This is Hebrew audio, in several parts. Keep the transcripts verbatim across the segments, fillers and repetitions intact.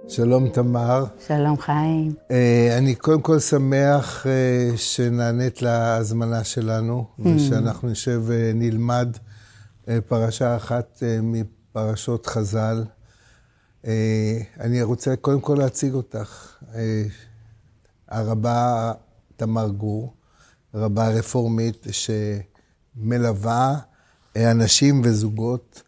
שלום תמר. שלום חיים. אני קודם כל שמח שנענית להזמנה שלנו, ושאנחנו נשב ונלמד פרשה אחת מפרשות חז"ל. אני רוצה קודם כל להציג אותך. הרבה תמר גור, רבה רפורמית שמלווה אנשים וזוגות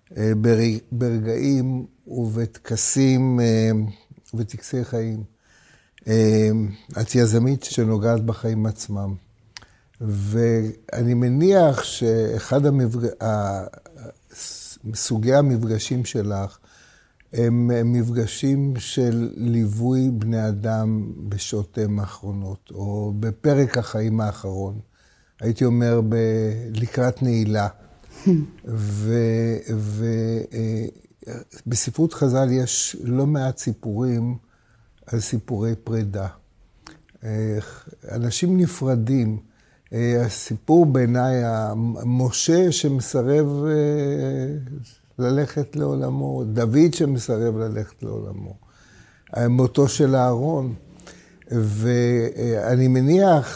ברגעים ובטקסים וטקסי חיים. את יזמית שנוגעת בחיים עצמם. ואני מניח שאחד המפג... סוגי המפגשים שלך הם מפגשים של ליווי בני אדם בשעותיהם האחרונות, או בפרק החיים האחרון. הייתי אומר ב... לקראת נעילה. ו... ו... בספרות חז"ל יש לא מעט סיפורים על סיפורי פרידה. אנשים נפרדים. הסיפור בעיניי, משה שמסרב ללכת לעולמו, דוד שמסרב ללכת לעולמו, מותו של אהרון. ואני מניח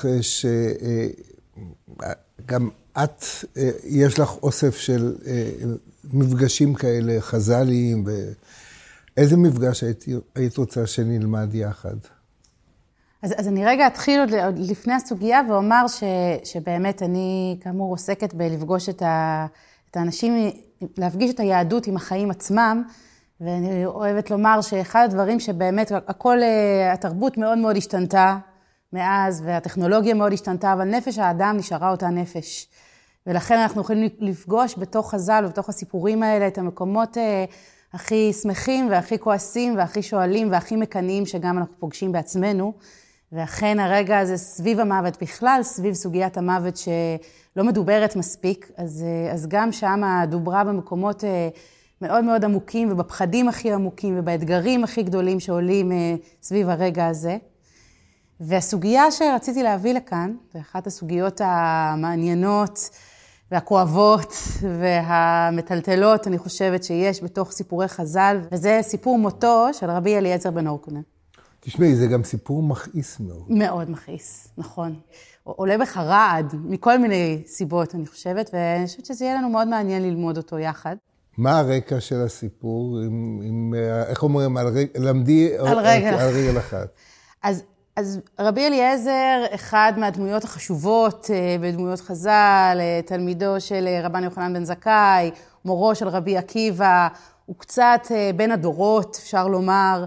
שגם את, יש לך אוסף של מפגשים כאלה חז"ליים, ואיזה מפגש היית, היית רוצה שנלמד יחד? אז, אז אני רגע אתחיל עוד לפני הסוגיה ואומר ש, שבאמת אני כאמור עוסקת בלפגוש את, ה, את האנשים, להפגיש את היהדות עם החיים עצמם, ואני אוהבת לומר שאחד הדברים שבאמת, הכל, התרבות מאוד מאוד השתנתה מאז, והטכנולוגיה מאוד השתנתה, אבל נפש האדם נשארה אותה נפש. ולכן אנחנו יכולים לפגוש בתוך חז"ל ובתוך הסיפורים האלה את המקומות הכי שמחים והכי כועסים והכי שואלים והכי מקנאים שגם אנחנו פוגשים בעצמנו. ואכן הרגע הזה סביב המוות בכלל, סביב סוגיית המוות שלא מדוברת מספיק, אז, אז גם שם דוברה במקומות מאוד מאוד עמוקים ובפחדים הכי עמוקים ובאתגרים הכי גדולים שעולים סביב הרגע הזה. והסוגיה שרציתי להביא לכאן, ואחת הסוגיות המעניינות והכואבות והמטלטלות, אני חושבת שיש בתוך סיפורי חז"ל, וזה סיפור מותו של רבי אליעזר בן הורקנוס. תשמעי, זה גם סיפור מכעיס מאוד. מאוד מכעיס, נכון. עולה בך רעד מכל מיני סיבות, אני חושבת, ואני חושבת שזה יהיה לנו מאוד מעניין ללמוד אותו יחד. מה הרקע של הסיפור? עם, עם, איך אומרים? על רגל, למדי על רגל, על רגל אחת. אז... אז רבי אליעזר, אחד מהדמויות החשובות בדמויות חז"ל, תלמידו של רבן יוחנן בן זכאי, מורו של רבי עקיבא, הוא קצת בין הדורות, אפשר לומר,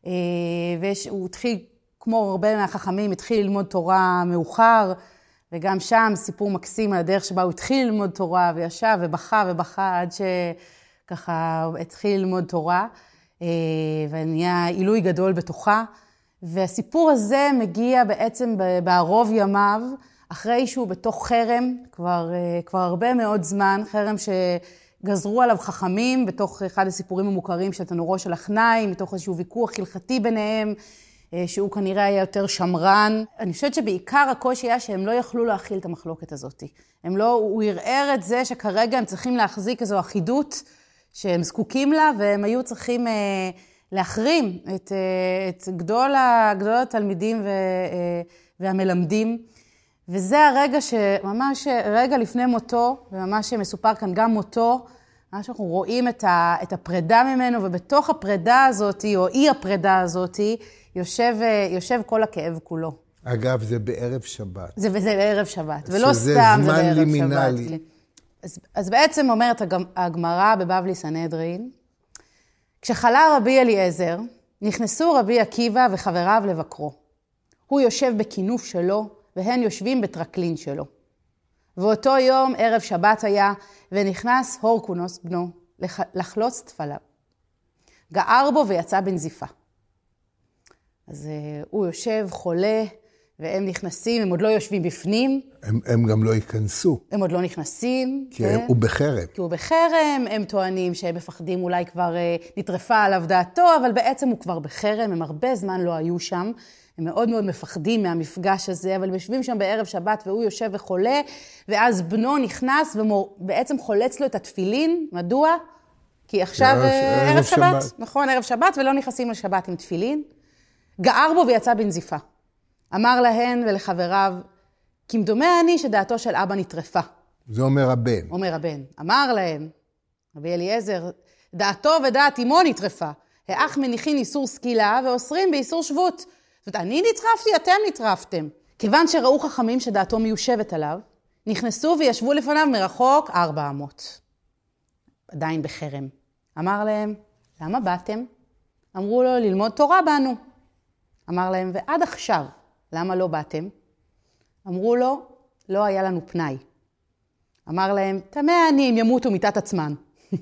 והוא התחיל, כמו הרבה מהחכמים, התחיל ללמוד תורה מאוחר, וגם שם סיפור מקסים על הדרך שבה הוא התחיל ללמוד תורה, וישב ובכה ובכה עד שככה התחיל ללמוד תורה, ונהיה עילוי גדול בתוכה. והסיפור הזה מגיע בעצם בערוב ימיו, אחרי שהוא בתוך חרם, כבר, כבר הרבה מאוד זמן, חרם שגזרו עליו חכמים, בתוך אחד הסיפורים המוכרים של תנורו של אחנאי, מתוך איזשהו ויכוח הלכתי ביניהם, שהוא כנראה היה יותר שמרן. אני חושבת שבעיקר הקושי היה שהם לא יכלו להכיל את המחלוקת הזאת. הם לא, הוא ערער את זה שכרגע הם צריכים להחזיק איזו אחידות שהם זקוקים לה, והם היו צריכים להחרים את, את גדול, גדול התלמידים והמלמדים. וזה הרגע שממש רגע לפני מותו, וממש מסופר כאן גם מותו, ממש אנחנו רואים את, ה, את הפרידה ממנו, ובתוך הפרידה הזאת, או אי הפרידה הזאת, יושב, יושב כל הכאב כולו. אגב, זה בערב שבת. זה, זה בערב שבת, ולא סתם זה בערב לימינלי. שבת. אז, אז בעצם אומרת הגמרא בבבלי סנהדרין, כשחלה רבי אליעזר, נכנסו רבי עקיבא וחבריו לבקרו. הוא יושב בכינוף שלו, והן יושבים בטרקלין שלו. ואותו יום ערב שבת היה, ונכנס הורקנוס בנו לחלוץ תפליו. גער בו ויצא בנזיפה. אז uh, הוא יושב חולה, והם נכנסים, הם עוד לא יושבים בפנים. הם, הם גם לא ייכנסו. הם עוד לא נכנסים. כי כן? הוא בחרם. כי הוא בחרם, הם טוענים שהם מפחדים, אולי כבר uh, נטרפה עליו דעתו, אבל בעצם הוא כבר בחרם, הם הרבה זמן לא היו שם. הם מאוד מאוד מפחדים מהמפגש הזה, אבל יושבים שם בערב שבת והוא יושב וחולה, ואז בנו נכנס ובעצם חולץ לו את התפילין. מדוע? כי עכשיו ערב שבת, נכון, ערב שבת, ולא נכנסים לשבת עם תפילין. גער בו ויצא בנזיפה. אמר להן ולחבריו, כמדומה אני שדעתו של אבא נטרפה. זה אומר הבן. אומר הבן. אמר להם, רבי אליעזר, דעתו ודעת אמו נטרפה. האח מניחין איסור סקילה ואוסרים באיסור שבות. זאת אומרת, אני נטרפתי, אתם נטרפתם. כיוון שראו חכמים שדעתו מיושבת עליו, נכנסו וישבו לפניו מרחוק ארבע אמות. עדיין בחרם. אמר להם, למה באתם? אמרו לו, ללמוד תורה באנו. אמר להם, ועד עכשיו, למה לא באתם? אמרו לו, לא היה לנו פנאי. אמר להם, תמה אני אם ימותו מיתת עצמן.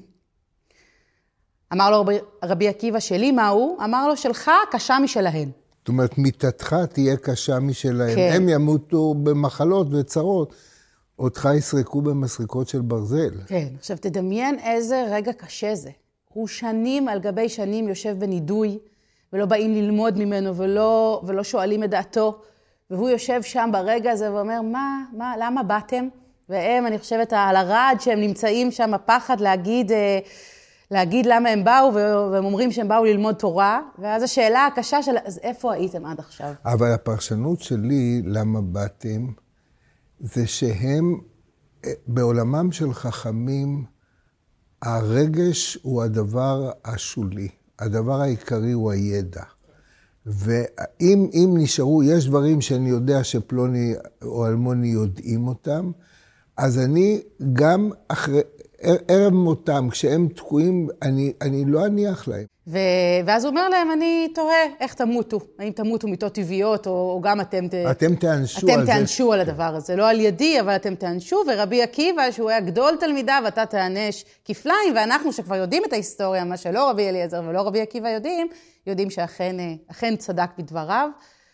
אמר לו רבי עקיבא, שלי מה הוא? אמר לו, שלך קשה משלהן. זאת אומרת, מיתתך תהיה קשה משלהם. כן. הם ימותו במחלות וצרות, אותך יסרקו במסריקות של ברזל. כן, עכשיו תדמיין איזה רגע קשה זה. הוא שנים על גבי שנים יושב בנידוי, ולא באים ללמוד ממנו, ולא, ולא שואלים את דעתו, והוא יושב שם ברגע הזה ואומר, מה, מה, למה באתם? והם, אני חושבת, על הרעד שהם נמצאים שם, הפחד להגיד, להגיד למה הם באו, והם אומרים שהם באו ללמוד תורה, ואז השאלה הקשה של, אז איפה הייתם עד עכשיו? אבל הפרשנות שלי, למה באתם, זה שהם, בעולמם של חכמים, הרגש הוא הדבר השולי. הדבר העיקרי הוא הידע. ואם אם נשארו, יש דברים שאני יודע שפלוני או אלמוני יודעים אותם, אז אני גם אחרי, ערב מותם, כשהם תקועים, אני, אני לא אניח להם. ו... ואז הוא אומר להם, אני תוהה, איך תמותו? האם תמותו מיתות טבעיות, או, או גם אתם, ת... אתם תענשו אתם על תענשו זה. על הדבר הזה. לא על ידי, אבל אתם תענשו, ורבי עקיבא, שהוא היה גדול תלמידיו, אתה תענש כפליים, ואנחנו שכבר יודעים את ההיסטוריה, מה שלא רבי אליעזר ולא רבי עקיבא יודעים, יודעים שאכן אכן צדק בדבריו.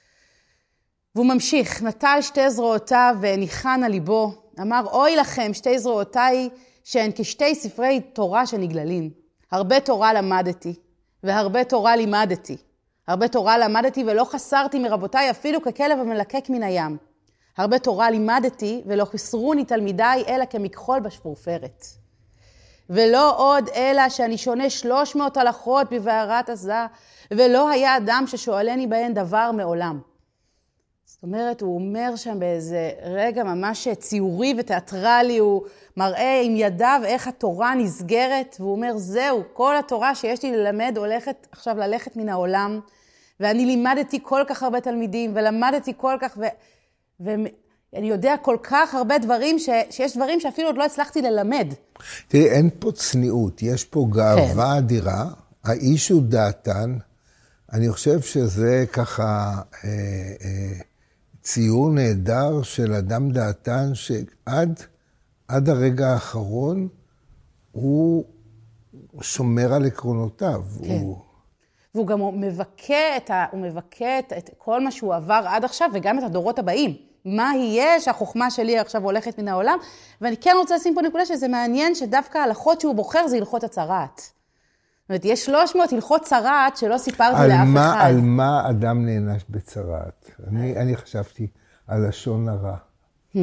והוא ממשיך, נטל שתי זרועותיו וניחן על ליבו, אמר, אוי לכם, שתי זרועותיי, שהן כשתי ספרי תורה שנגללים. הרבה תורה למדתי, והרבה תורה לימדתי. הרבה תורה למדתי ולא חסרתי מרבותיי, אפילו ככלב המלקק מן הים. הרבה תורה לימדתי ולא חסרוני תלמידיי, אלא כמכחול בשפורפרת. ולא עוד אלא שאני שונה שלוש מאות הלכות בבערת עזה, ולא היה אדם ששואלני בהן דבר מעולם. זאת אומרת, הוא אומר שם באיזה רגע ממש ציורי ותיאטרלי, הוא מראה עם ידיו איך התורה נסגרת, והוא אומר, זהו, כל התורה שיש לי ללמד הולכת עכשיו ללכת מן העולם, ואני לימדתי כל כך הרבה תלמידים, ולמדתי כל כך, ו... ואני יודע כל כך הרבה דברים, ש... שיש דברים שאפילו עוד לא הצלחתי ללמד. תראי, אין פה צניעות, יש פה גאווה כן. אדירה, האיש הוא דעתן, אני חושב שזה ככה... אה, אה, ציור נהדר של אדם דעתן שעד עד הרגע האחרון הוא שומר על עקרונותיו. כן. הוא... והוא גם מבכה את, ה... הוא מבכה את, את כל מה שהוא עבר עד עכשיו וגם את הדורות הבאים. מה יהיה שהחוכמה שלי עכשיו הולכת מן העולם? ואני כן רוצה לשים פה נקודה שזה מעניין שדווקא ההלכות שהוא בוחר זה הלכות הצרת. זאת אומרת, יש שלוש מאות הלכות צרת שלא סיפרתי לאף מה, אחד. על מה אדם נענש בצרת? אני, אני חשבתי על לשון הרע. Hmm.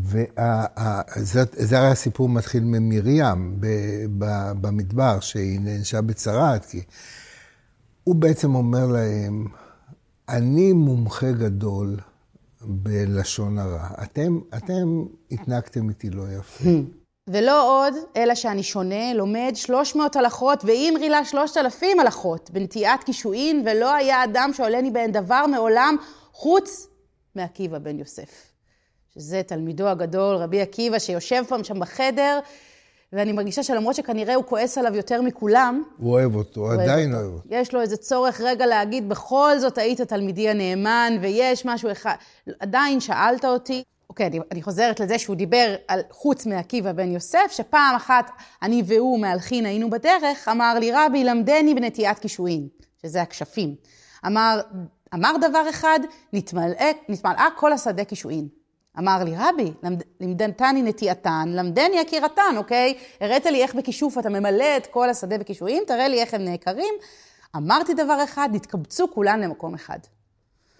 וזה הרי הסיפור מתחיל ממרים במדבר, שהיא נענשה בצרת, כי הוא בעצם אומר להם, אני מומחה גדול בלשון הרע. אתם, אתם התנהגתם איתי לא יפה. Hmm. ולא עוד, אלא שאני שונה, לומד שלוש מאות הלכות, ואם רילה שלושת אלפים הלכות, בנטיעת קישואין, ולא היה אדם שעולני בהן דבר מעולם, חוץ מעקיבא בן יוסף. שזה תלמידו הגדול, רבי עקיבא, שיושב פעם שם בחדר, ואני מרגישה שלמרות שכנראה הוא כועס עליו יותר מכולם, הוא אוהב אותו, הוא עדיין אוהב אותו. יש לו איזה צורך רגע להגיד, בכל זאת היית תלמידי הנאמן, ויש משהו אחד, עדיין שאלת אותי, אוקיי, אני, אני חוזרת לזה שהוא דיבר על חוץ מעקיבא בן יוסף, שפעם אחת אני והוא מהלכין היינו בדרך, אמר לי רבי למדני בנטיעת קישואין, שזה הכשפים. אמר, אמר דבר אחד, נתמלאה, נתמלאה כל השדה קישואין. אמר לי רבי, למד, למדנתני נטיעתן, למדני הקירתן, אוקיי? הראת לי איך בקישוף אתה ממלא את כל השדה בקישואין, תראה לי איך הם נעקרים. אמרתי דבר אחד, נתקבצו כולן למקום אחד.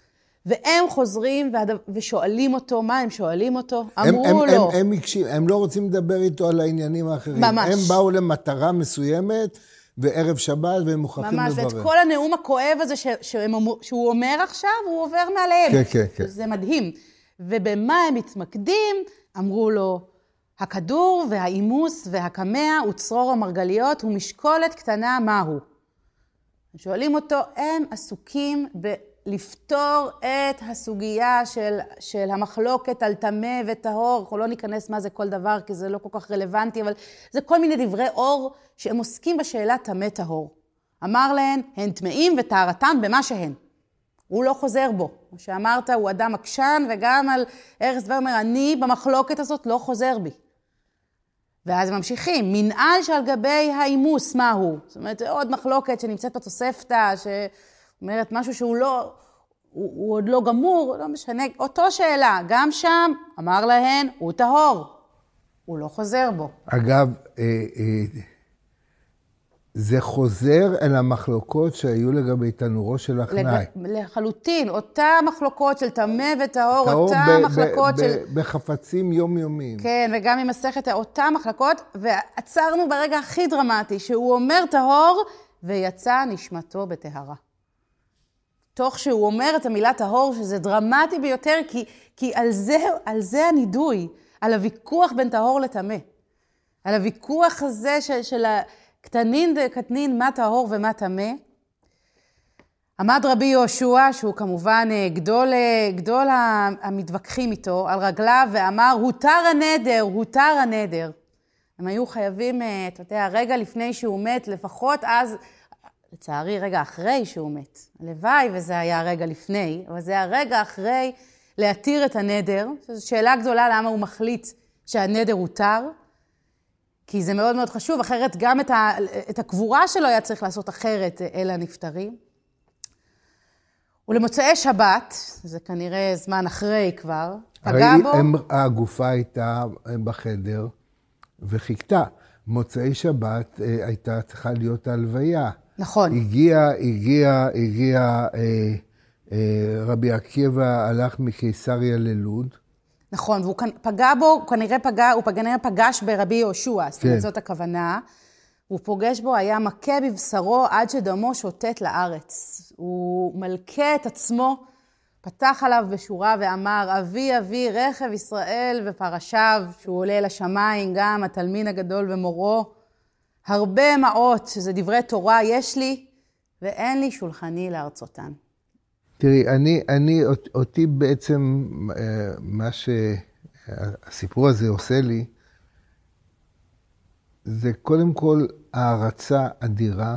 והם חוזרים ושואלים אותו, מה הם שואלים אותו? הם, אמרו הם, לו. הם, הם, הם, הם לא רוצים לדבר איתו על העניינים האחרים. ממש. הם באו למטרה מסוימת, וערב שבת, והם מוכרחים לברר. ממש, ואת כל הנאום הכואב הזה ש, שהוא אומר עכשיו, הוא עובר מעליהם. כן, כן, כן. זה מדהים. ובמה הם מתמקדים? אמרו לו, הכדור והאימוס והקמע וצרור המרגליות ומשקולת קטנה מהו. שואלים אותו, הם עסוקים בלפתור את הסוגיה של, של המחלוקת על טמא וטהור. אנחנו לא ניכנס מה זה כל דבר, כי זה לא כל כך רלוונטי, אבל זה כל מיני דברי אור שהם עוסקים בשאלה טמא טהור. אמר להן, הן טמאים וטהרתן במה שהן. הוא לא חוזר בו. כמו שאמרת, הוא אדם עקשן, וגם על ארז ואומר, אני במחלוקת הזאת לא חוזר בי. ואז ממשיכים, מנעל שעל גבי האימוס, מהו? זאת אומרת, עוד מחלוקת שנמצאת בתוספתא, שאומרת משהו שהוא לא, הוא, הוא עוד לא גמור, לא משנה, אותו שאלה, גם שם אמר להן, הוא טהור, הוא לא חוזר בו. אגב, אה, אה, זה חוזר אל המחלוקות שהיו לגבי תנורו של הכנאי. לחלוטין, אותה מחלוקות של טמא וטהור, אותה ב- מחלקות ב- של... ב- בחפצים יומיומיים. כן, וגם עם מסכת אותה מחלקות, ועצרנו ברגע הכי דרמטי, שהוא אומר טהור, ויצא נשמתו בטהרה. תוך שהוא אומר את המילה טהור, שזה דרמטי ביותר, כי, כי על זה, על זה הנידוי, על הוויכוח בין טהור לטמא. על הוויכוח הזה של, של הקטנין וקטנין, מה טהור ומה טמא. עמד רבי יהושע, שהוא כמובן גדול, גדול המתווכחים איתו, על רגליו, ואמר, הותר הנדר, הותר הנדר. הם היו חייבים, אתה יודע, רגע לפני שהוא מת, לפחות אז, לצערי, רגע אחרי שהוא מת. הלוואי, וזה היה רגע לפני, אבל זה היה רגע אחרי להתיר את הנדר. זו שאלה גדולה למה הוא מחליט שהנדר הותר, כי זה מאוד מאוד חשוב, אחרת גם את, ה, את הקבורה שלו היה צריך לעשות אחרת אל הנפטרים. ולמוצאי שבת, זה כנראה זמן אחרי כבר, פגע בו... הרי הגופה הייתה בחדר וחיכתה. מוצאי שבת הייתה צריכה להיות ההלוויה. נכון. הגיע, הגיע, הגיע אה, אה, רבי עקיבא, הלך מקיסריה ללוד. נכון, והוא פגע בו, הוא כנראה פגע, הוא כנראה פגש ברבי יהושע, זאת אומרת, זאת הכוונה. הוא פוגש בו, היה מכה בבשרו עד שדמו שוטט לארץ. הוא מלכה את עצמו, פתח עליו בשורה ואמר, אבי אבי רכב ישראל ופרשיו, שהוא עולה לשמיים, גם התלמין הגדול ומורו. הרבה מעות, שזה דברי תורה, יש לי, ואין לי שולחני לארצותן. תראי, אני, אני, אותי בעצם, מה שהסיפור הזה עושה לי, זה קודם כל הערצה אדירה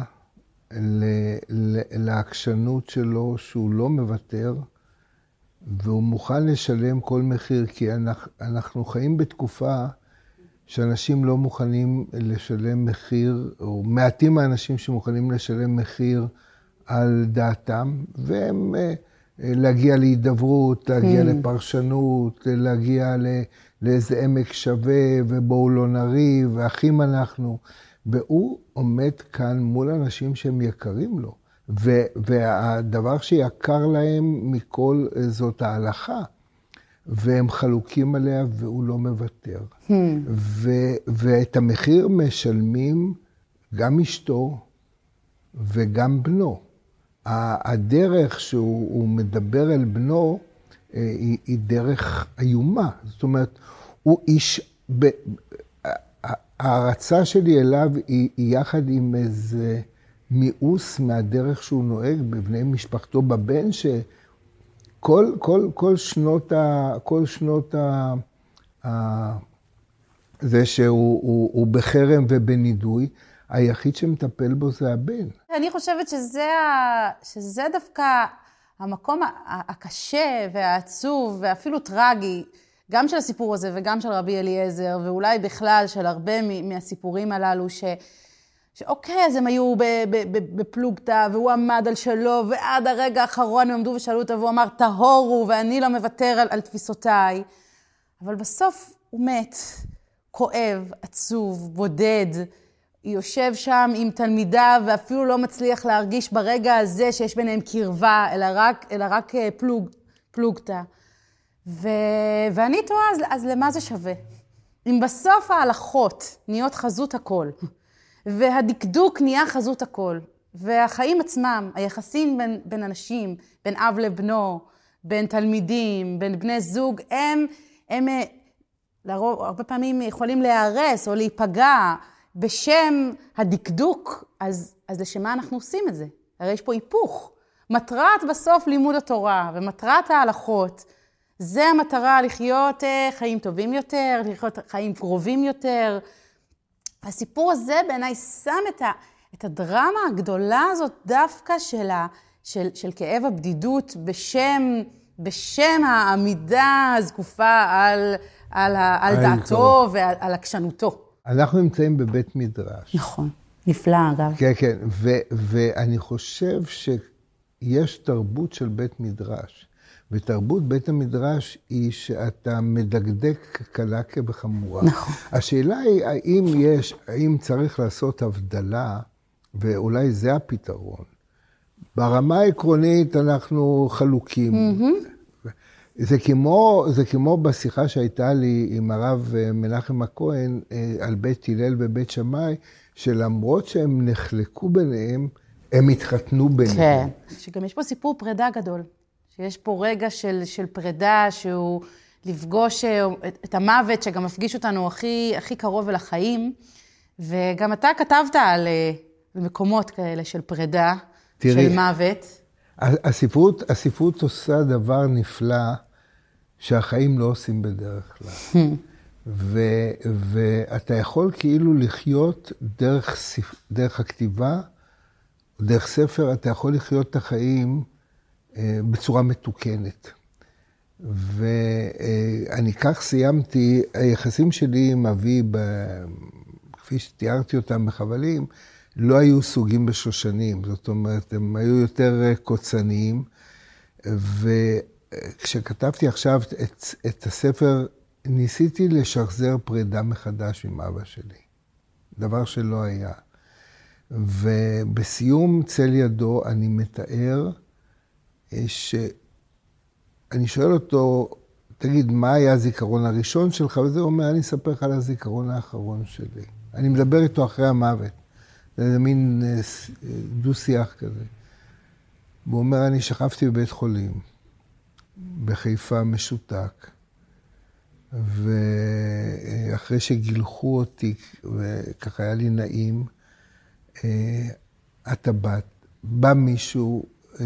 לעקשנות שלו, שהוא לא מוותר, והוא מוכן לשלם כל מחיר, כי אנחנו, אנחנו חיים בתקופה שאנשים לא מוכנים לשלם מחיר, או מעטים האנשים שמוכנים לשלם מחיר על דעתם, והם להגיע להידברות, להגיע לפרשנות, להגיע לאיזה עמק שווה, ובואו לא נריב, ואחים אנחנו. והוא עומד כאן מול אנשים שהם יקרים לו, והדבר שיקר להם מכל זאת ההלכה, והם חלוקים עליה והוא לא מוותר. Hmm. ו- ואת המחיר משלמים גם אשתו וגם בנו. הדרך שהוא מדבר אל בנו היא, היא דרך איומה. זאת אומרת, הוא איש... ב- ההרצה שלי אליו היא, היא יחד עם איזה מיאוס מהדרך שהוא נוהג בבני משפחתו, בבן ש... כל, כל, כל שנות ה... כל שנות ה... ה... זה שהוא הוא, הוא בחרם ובנידוי, היחיד שמטפל בו זה הבן. אני חושבת שזה, ה... שזה דווקא המקום הקשה והעצוב ואפילו טרגי, גם של הסיפור הזה וגם של רבי אליעזר, ואולי בכלל של הרבה מהסיפורים הללו, ש... שאוקיי, אז הם היו בפלוגתא, והוא עמד על שלו, ועד הרגע האחרון הם עמדו ושאלו אותו, והוא אמר, טהורו, ואני לא מוותר על, על תפיסותיי. אבל בסוף הוא מת, כואב, עצוב, בודד, יושב שם עם תלמידיו, ואפילו לא מצליח להרגיש ברגע הזה שיש ביניהם קרבה, אלא רק, אלא רק פלוג, פלוגתא. ו... ואני תוהה, אז, אז למה זה שווה? אם בסוף ההלכות נהיות חזות הכל, והדקדוק נהיה חזות הכל, והחיים עצמם, היחסים בין, בין אנשים, בין אב לבנו, בין תלמידים, בין בני זוג, הם, הם לרוב, הרבה פעמים יכולים להיהרס או להיפגע בשם הדקדוק, אז, אז לשם מה אנחנו עושים את זה? הרי יש פה היפוך. מטרת בסוף לימוד התורה ומטרת ההלכות, זה המטרה לחיות חיים טובים יותר, לחיות חיים קרובים יותר. הסיפור הזה בעיניי שם את, ה, את הדרמה הגדולה הזאת דווקא של, ה, של, של כאב הבדידות בשם, בשם העמידה הזקופה על, על, על דעתו ועל על עקשנותו. אנחנו נמצאים בבית מדרש. נכון, נפלא אגב. כן, כן, ו, ואני חושב שיש תרבות של בית מדרש. ותרבות בית המדרש היא שאתה מדקדק קלה כבחמורה. נכון. השאלה היא, האם יש, האם צריך לעשות הבדלה, ואולי זה הפתרון. ברמה העקרונית אנחנו חלוקים. Mm-hmm. זה כמו, זה כמו בשיחה שהייתה לי עם הרב מנחם הכהן על בית הלל ובית שמאי, שלמרות שהם נחלקו ביניהם, הם התחתנו ביניהם. כן. שגם יש פה סיפור פרידה גדול. שיש פה רגע של, של פרידה, שהוא לפגוש את, את המוות, שגם מפגיש אותנו הכי, הכי קרוב אל החיים. וגם אתה כתבת על, על מקומות כאלה של פרידה, תראי, של מוות. הספרות, הספרות עושה דבר נפלא, שהחיים לא עושים בדרך כלל. ו, ואתה יכול כאילו לחיות דרך, דרך הכתיבה, דרך ספר, אתה יכול לחיות את החיים, בצורה מתוקנת. ואני כך סיימתי, היחסים שלי עם אבי, כפי שתיארתי אותם בחבלים, לא היו סוגים בשושנים, זאת אומרת, הם היו יותר קוצניים, וכשכתבתי עכשיו את, את הספר, ניסיתי לשחזר פרידה מחדש עם אבא שלי, דבר שלא היה. ובסיום צל ידו אני מתאר, שאני שואל אותו, תגיד, מה היה הזיכרון הראשון שלך? וזה אומר, אני אספר לך על הזיכרון האחרון שלי. אני מדבר איתו אחרי המוות. זה מין דו-שיח כזה. הוא אומר, אני שכבתי בבית חולים, בחיפה משותק, ואחרי שגילחו אותי, וככה היה לי נעים, אתה באת, בא מישהו,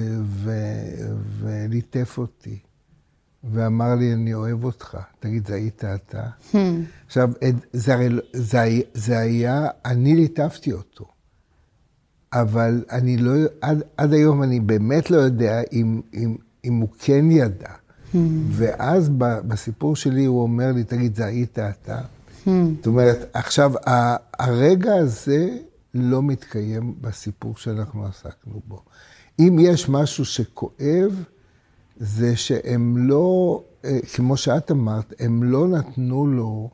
וליטף אותי, ואמר לי, אני אוהב אותך. תגיד, זה היית אתה? עכשיו, זה היה, אני ליטפתי אותו, אבל אני לא, עד היום אני באמת לא יודע אם הוא כן ידע. ואז בסיפור שלי הוא אומר לי, תגיד, זה היית אתה? זאת אומרת, עכשיו, הרגע הזה לא מתקיים בסיפור שאנחנו עסקנו בו. אם יש משהו שכואב, זה שהם לא, כמו שאת אמרת, הם לא נתנו לו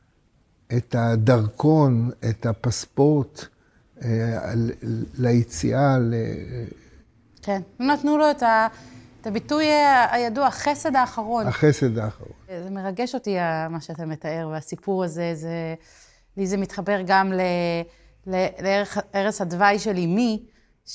את הדרכון, את הפספורט ליציאה. כן, הם נתנו לו את, ה, את הביטוי הידוע, החסד האחרון. החסד האחרון. זה מרגש אותי מה שאתה מתאר, והסיפור הזה, זה, לי זה מתחבר גם ל, ל, לערש הדווי של אמי,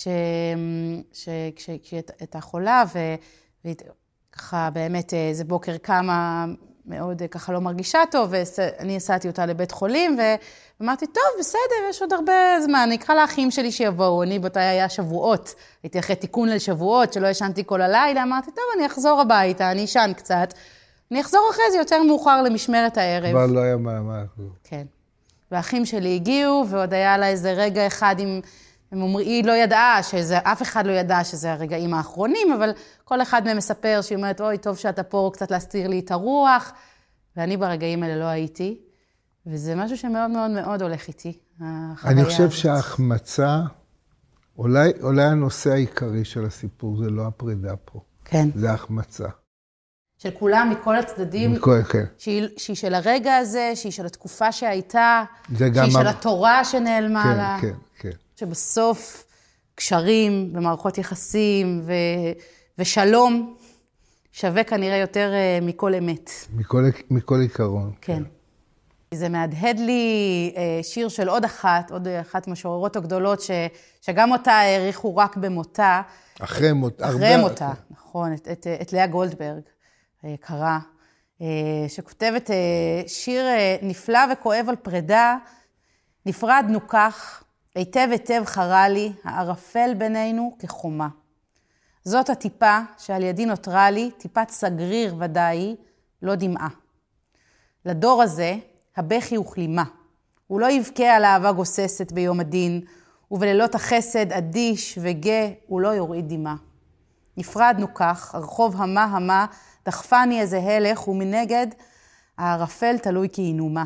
שכשהייתה חולה, וככה באמת איזה בוקר קמה מאוד ככה לא מרגישה טוב, ואני הסעתי אותה לבית חולים, ואמרתי, טוב, בסדר, יש עוד הרבה זמן, אני אקרא לאחים שלי שיבואו, אני באותה היה שבועות, הייתי אחרי תיקון לשבועות, שלא ישנתי כל הלילה, אמרתי, טוב, אני אחזור הביתה, אני אשן קצת, אני אחזור אחרי זה יותר מאוחר למשמרת הערב. כבר לא היה מה, מה. כן. והאחים שלי הגיעו, ועוד היה לה איזה רגע אחד עם... הם אומרים, היא לא ידעה, שזה, אף אחד לא ידע שזה הרגעים האחרונים, אבל כל אחד מהם מספר שהיא אומרת, אוי, טוב שאתה פה קצת להסתיר לי את הרוח, ואני ברגעים האלה לא הייתי, וזה משהו שמאוד מאוד מאוד הולך איתי, אני חושב הזאת. שההחמצה, אולי, אולי הנושא העיקרי של הסיפור, זה לא הפרידה פה. כן. זה ההחמצה. של כולם, מכל הצדדים, מכל, כן. שהיא, שהיא של הרגע הזה, שהיא של התקופה שהייתה, שהיא גם של התורה שנעלמה כן, לה. כן, כן. שבסוף קשרים ומערכות יחסים ו... ושלום שווה כנראה יותר מכל אמת. מכל, מכל עיקרון. כן. כן. זה מהדהד לי שיר של עוד אחת, עוד אחת משוררות הגדולות, ש, שגם אותה העריכו רק במותה. אחרי מותה. אחרי הרבה... מותה, נכון, את, את, את לאה גולדברג, היקרה, שכותבת שיר נפלא וכואב על פרידה, נפרדנו כך, היטב היטב חרה לי, הערפל בינינו כחומה. זאת הטיפה שעל ידי נותרה לי, טיפת סגריר ודאי, לא דמעה. לדור הזה, הבכי וכלימה. הוא לא יבכה על אהבה גוססת ביום הדין, ובלילות החסד אדיש וגה, הוא לא יוריד דמעה. נפרדנו כך, הרחוב המה המה, דחפני איזה הלך, ומנגד הערפל תלוי כעינומה.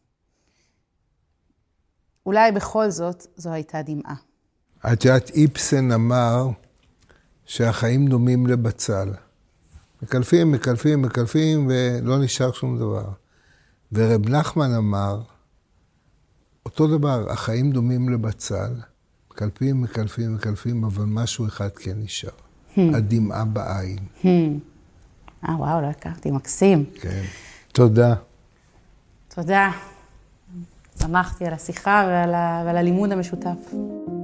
אולי בכל זאת, זו הייתה דמעה. את יודעת, איפסן אמר שהחיים דומים לבצל. מקלפים, מקלפים, מקלפים, ולא נשאר שום דבר. ורב נחמן אמר, אותו דבר, החיים דומים לבצל, מקלפים, מקלפים, מקלפים, אבל משהו אחד כן נשאר. הדמעה בעין. אה, וואו, לא הכרתי, מקסים. כן. תודה. תודה. שמחתי על השיחה ועל, ה... ועל הלימוד המשותף.